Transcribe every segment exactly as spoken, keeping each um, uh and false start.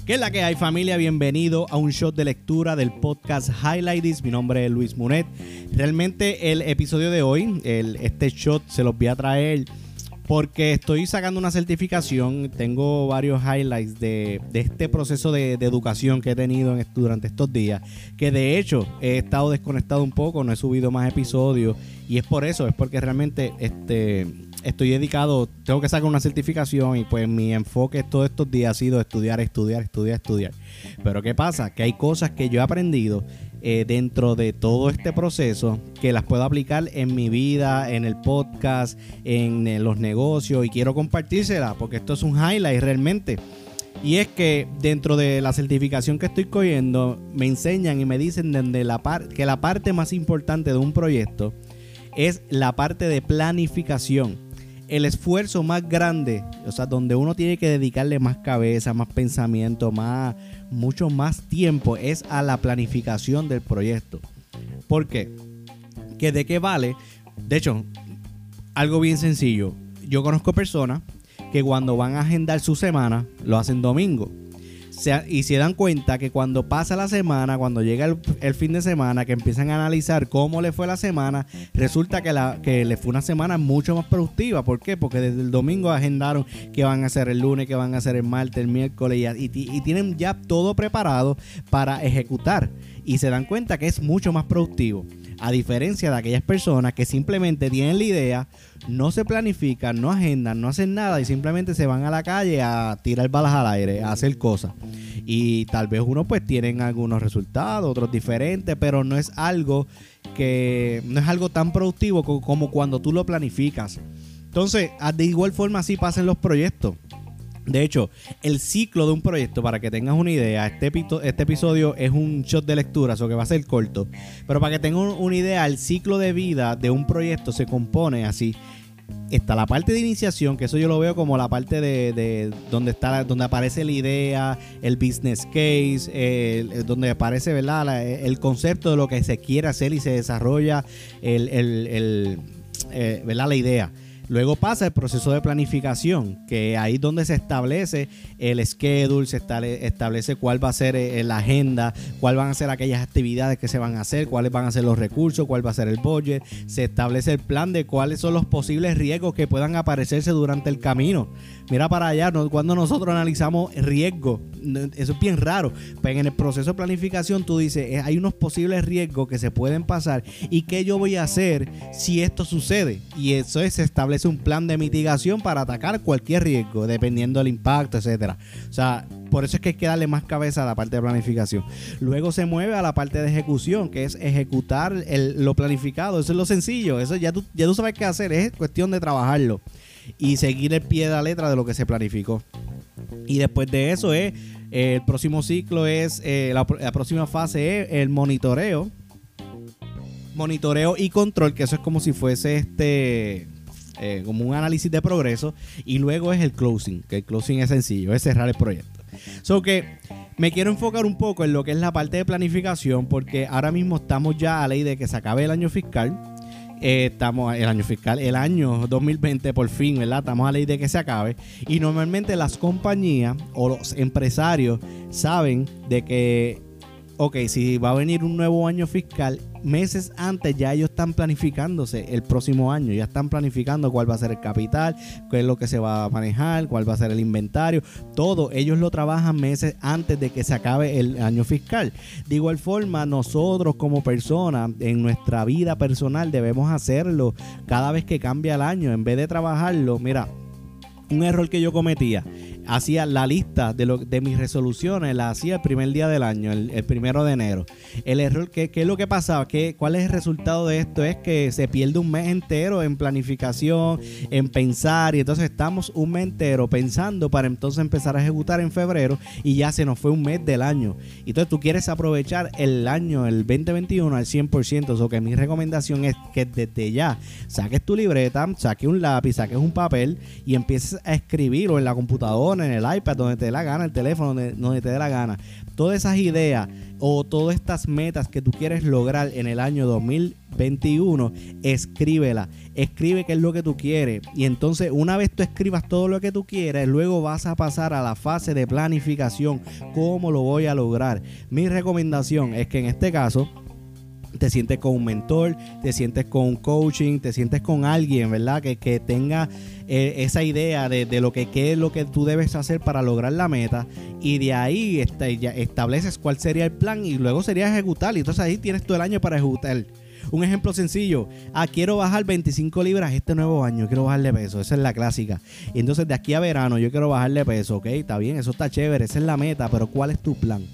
¿Qué es la que hay, familia? Bienvenido a un shot de lectura del podcast Highlight This. Mi nombre es Luis Munet. Realmente el episodio de hoy, el, este shot se los voy a traer porque estoy sacando una certificación. Tengo varios highlights de, de este proceso de, de educación que he tenido en, durante estos días, que de hecho he estado desconectado un poco, no he subido más episodios y es por eso, es porque realmente este, estoy dedicado, tengo que sacar una certificación y pues mi enfoque todos estos días ha sido estudiar, estudiar, estudiar, estudiar. Pero ¿qué pasa? Que hay cosas que yo he aprendido Eh, dentro de todo este proceso que las puedo aplicar en mi vida, en el podcast, en, en los negocios, y quiero compartírselas porque esto es un highlight realmente. Y es que dentro de la certificación que estoy cogiendo me enseñan y me dicen de la par- que la parte más importante de un proyecto es la parte de planificación. El esfuerzo más grande, o sea, donde uno tiene que dedicarle más cabeza, más pensamiento, más, mucho más tiempo, es a la planificación del proyecto. ¿Por qué? ¿Que de qué vale? De hecho, algo bien sencillo. Yo conozco personas que cuando van a agendar su semana, lo hacen domingo. Se, y se dan cuenta que cuando pasa la semana, cuando llega el, el fin de semana, que empiezan a analizar cómo le fue la semana, resulta que, la, que le fue una semana mucho más productiva. ¿Por qué? Porque desde el domingo agendaron qué van a hacer el lunes, qué van a hacer el martes, el miércoles, y, y, y tienen ya todo preparado para ejecutar. Y se dan cuenta que es mucho más productivo. A diferencia de aquellas personas que simplemente tienen la idea, no se planifican, no agendan, no hacen nada y simplemente se van a la calle a tirar balas al aire, a hacer cosas. Y tal vez uno pues tienen algunos resultados, otros diferentes, pero no es algo que no es algo tan productivo como, como cuando tú lo planificas. Entonces, de igual forma así pasan los proyectos. De hecho, el ciclo de un proyecto, para que tengas una idea, este, epito, este episodio es un shot de lectura, eso que va a ser corto, pero para que tengas una idea, el ciclo de vida de un proyecto se compone así. Está la parte de iniciación, que eso yo lo veo como la parte de, de donde está, donde aparece la idea, el business case, el, donde aparece, ¿verdad?, la, el concepto de lo que se quiere hacer y se desarrolla el, el, el, eh, ¿verdad?, la idea. Luego pasa el proceso de planificación, que ahí es donde se establece el schedule, se establece cuál va a ser la agenda, cuál van a ser aquellas actividades que se van a hacer, cuáles van a ser los recursos, cuál va a ser el budget. Se establece el plan de cuáles son los posibles riesgos que puedan aparecerse durante el camino. Mira para allá, ¿no? Cuando nosotros analizamos riesgos, eso es bien raro, pero en el proceso de planificación tú dices, hay unos posibles riesgos que se pueden pasar y qué yo voy a hacer si esto sucede. Y eso es, se establece un plan de mitigación para atacar cualquier riesgo, dependiendo del impacto, etcétera. O sea, por eso es que hay que darle más cabeza a la parte de planificación. Luego se mueve a la parte de ejecución, que es ejecutar el, lo planificado. Eso es lo sencillo. Eso ya tú, ya tú sabes qué hacer. Es cuestión de trabajarlo y seguir el pie de la letra de lo que se planificó. Y después de eso es eh, el próximo ciclo es eh, la, la próxima fase es el monitoreo. Monitoreo y control, que eso es como si fuese este eh, como un análisis de progreso. Y luego es el closing, que el closing es sencillo, es cerrar el proyecto. So que me quiero enfocar un poco en lo que es la parte de planificación, porque ahora mismo estamos ya a ley de que se acabe el año fiscal. Eh, estamos el año fiscal, el año dos mil veinte por fin, ¿verdad? Estamos a ley de que se acabe. Y normalmente las compañías o los empresarios saben de que, ok, si va a venir un nuevo año fiscal, meses antes ya ellos están planificándose el próximo año, ya están planificando cuál va a ser el capital, qué es lo que se va a manejar, cuál va a ser el inventario, todo ellos lo trabajan meses antes de que se acabe el año fiscal. De igual forma, nosotros como personas en nuestra vida personal debemos hacerlo cada vez que cambia el año, en vez de trabajarlo. Mira, un error que yo cometía, hacía la lista de, lo, de mis resoluciones, la hacía el primer día del año, el, el primero de enero. El error, ¿qué, qué es lo que pasaba? ¿Qué, ¿Cuál es el resultado de esto? Es que se pierde un mes entero en planificación, en pensar, y entonces estamos un mes entero pensando para entonces empezar a ejecutar en febrero y ya se nos fue un mes del año. Entonces tú quieres aprovechar el año, el veinte veintiuno al cien por ciento, o sea que mi recomendación es que desde ya saques tu libreta, saques un lápiz, saques un papel y empieces a escribir, o en la computadora, en el iPad, donde te dé la gana, el teléfono, donde, donde te dé la gana. todas esas ideas o todas estas metas que tú quieres lograr en el año dos mil veintiuno, escríbela, escribe qué es lo que tú quieres, y entonces una vez tú escribas todo lo que tú quieres, luego vas a pasar a la fase de planificación. ¿Cómo lo voy a lograr? Mi recomendación es que en este caso te sientes con un mentor, te sientes con un coaching, te sientes con alguien, ¿verdad? Que, que tenga eh, esa idea de, de lo que qué es lo que tú debes hacer para lograr la meta, y de ahí este, ya estableces cuál sería el plan y luego sería ejecutar, y entonces ahí tienes todo el año para ejecutar. Un ejemplo sencillo: ah, quiero bajar veinticinco libras este nuevo año, quiero bajarle peso, esa es la clásica. Y entonces de aquí a verano yo quiero bajarle peso, ok, está bien, eso está chévere, esa es la meta, pero ¿cuál es tu plan?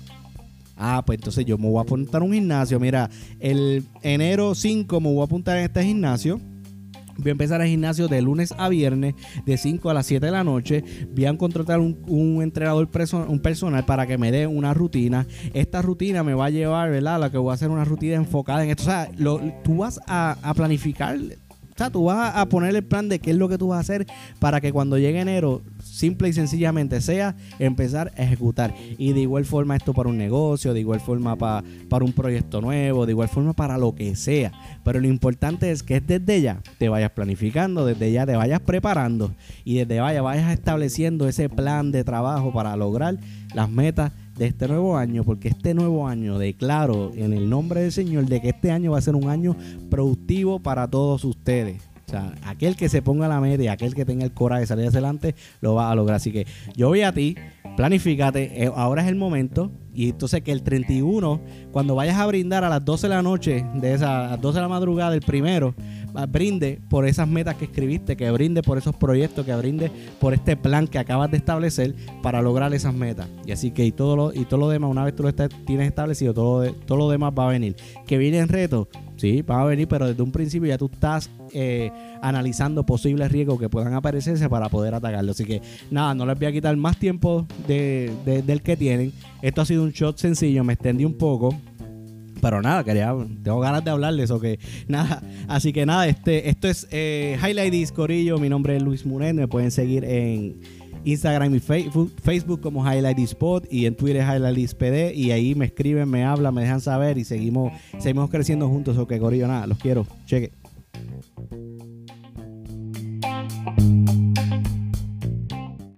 Ah, pues entonces yo me voy a apuntar a un gimnasio. Mira, el enero cinco me voy a apuntar en este gimnasio. Voy a empezar el gimnasio de lunes a viernes, de cinco a las siete de la noche. Voy a contratar un, un entrenador, perso- un personal para que me dé una rutina. Esta rutina me va a llevar, ¿verdad? La que voy a hacer una rutina enfocada en esto. O sea, lo, tú vas a, a planificar. O sea, tú vas a poner el plan de qué es lo que tú vas a hacer para que cuando llegue enero, simple y sencillamente sea empezar a ejecutar. Y de igual forma esto para un negocio, de igual forma para, para un proyecto nuevo, de igual forma para lo que sea. Pero lo importante es que desde ya te vayas planificando, desde ya te vayas preparando y desde ya vayas estableciendo ese plan de trabajo para lograr las metas de este nuevo año, porque este nuevo año declaro en el nombre del Señor de que este año va a ser un año productivo para todos ustedes. O sea, aquel que se ponga la meta y aquel que tenga el coraje de salir adelante lo va a lograr. Así que yo voy a ti, planifícate, eh, ahora es el momento. Y entonces que el treinta y uno, cuando vayas a brindar a las doce de la noche, de esa, a las doce de la madrugada del primero, brinde por esas metas que escribiste, que brinde por esos proyectos, que brinde por este plan que acabas de establecer para lograr esas metas. Y así que y todo lo, y todo lo demás, una vez tú lo estás, tienes establecido, todo lo, de, todo lo demás va a venir. Que vienen retos, sí, van a venir, pero desde un principio ya tú estás eh, analizando posibles riesgos que puedan aparecerse para poder atacarlo. Así que nada, no les voy a quitar más tiempo de, de, del que tienen. Esto ha sido un shot sencillo, me extendí un poco, pero nada, quería, tengo ganas de hablarles, ok, nada, así que nada, este, esto es eh, Highlight This, corillo. Mi nombre es Luis Munet, me pueden seguir en Instagram y Facebook, Facebook como Highlight This Pod, y en Twitter Highlight This P D, y ahí me escriben, me hablan, me dejan saber y seguimos, seguimos creciendo juntos, ok, corillo, nada, los quiero, cheque.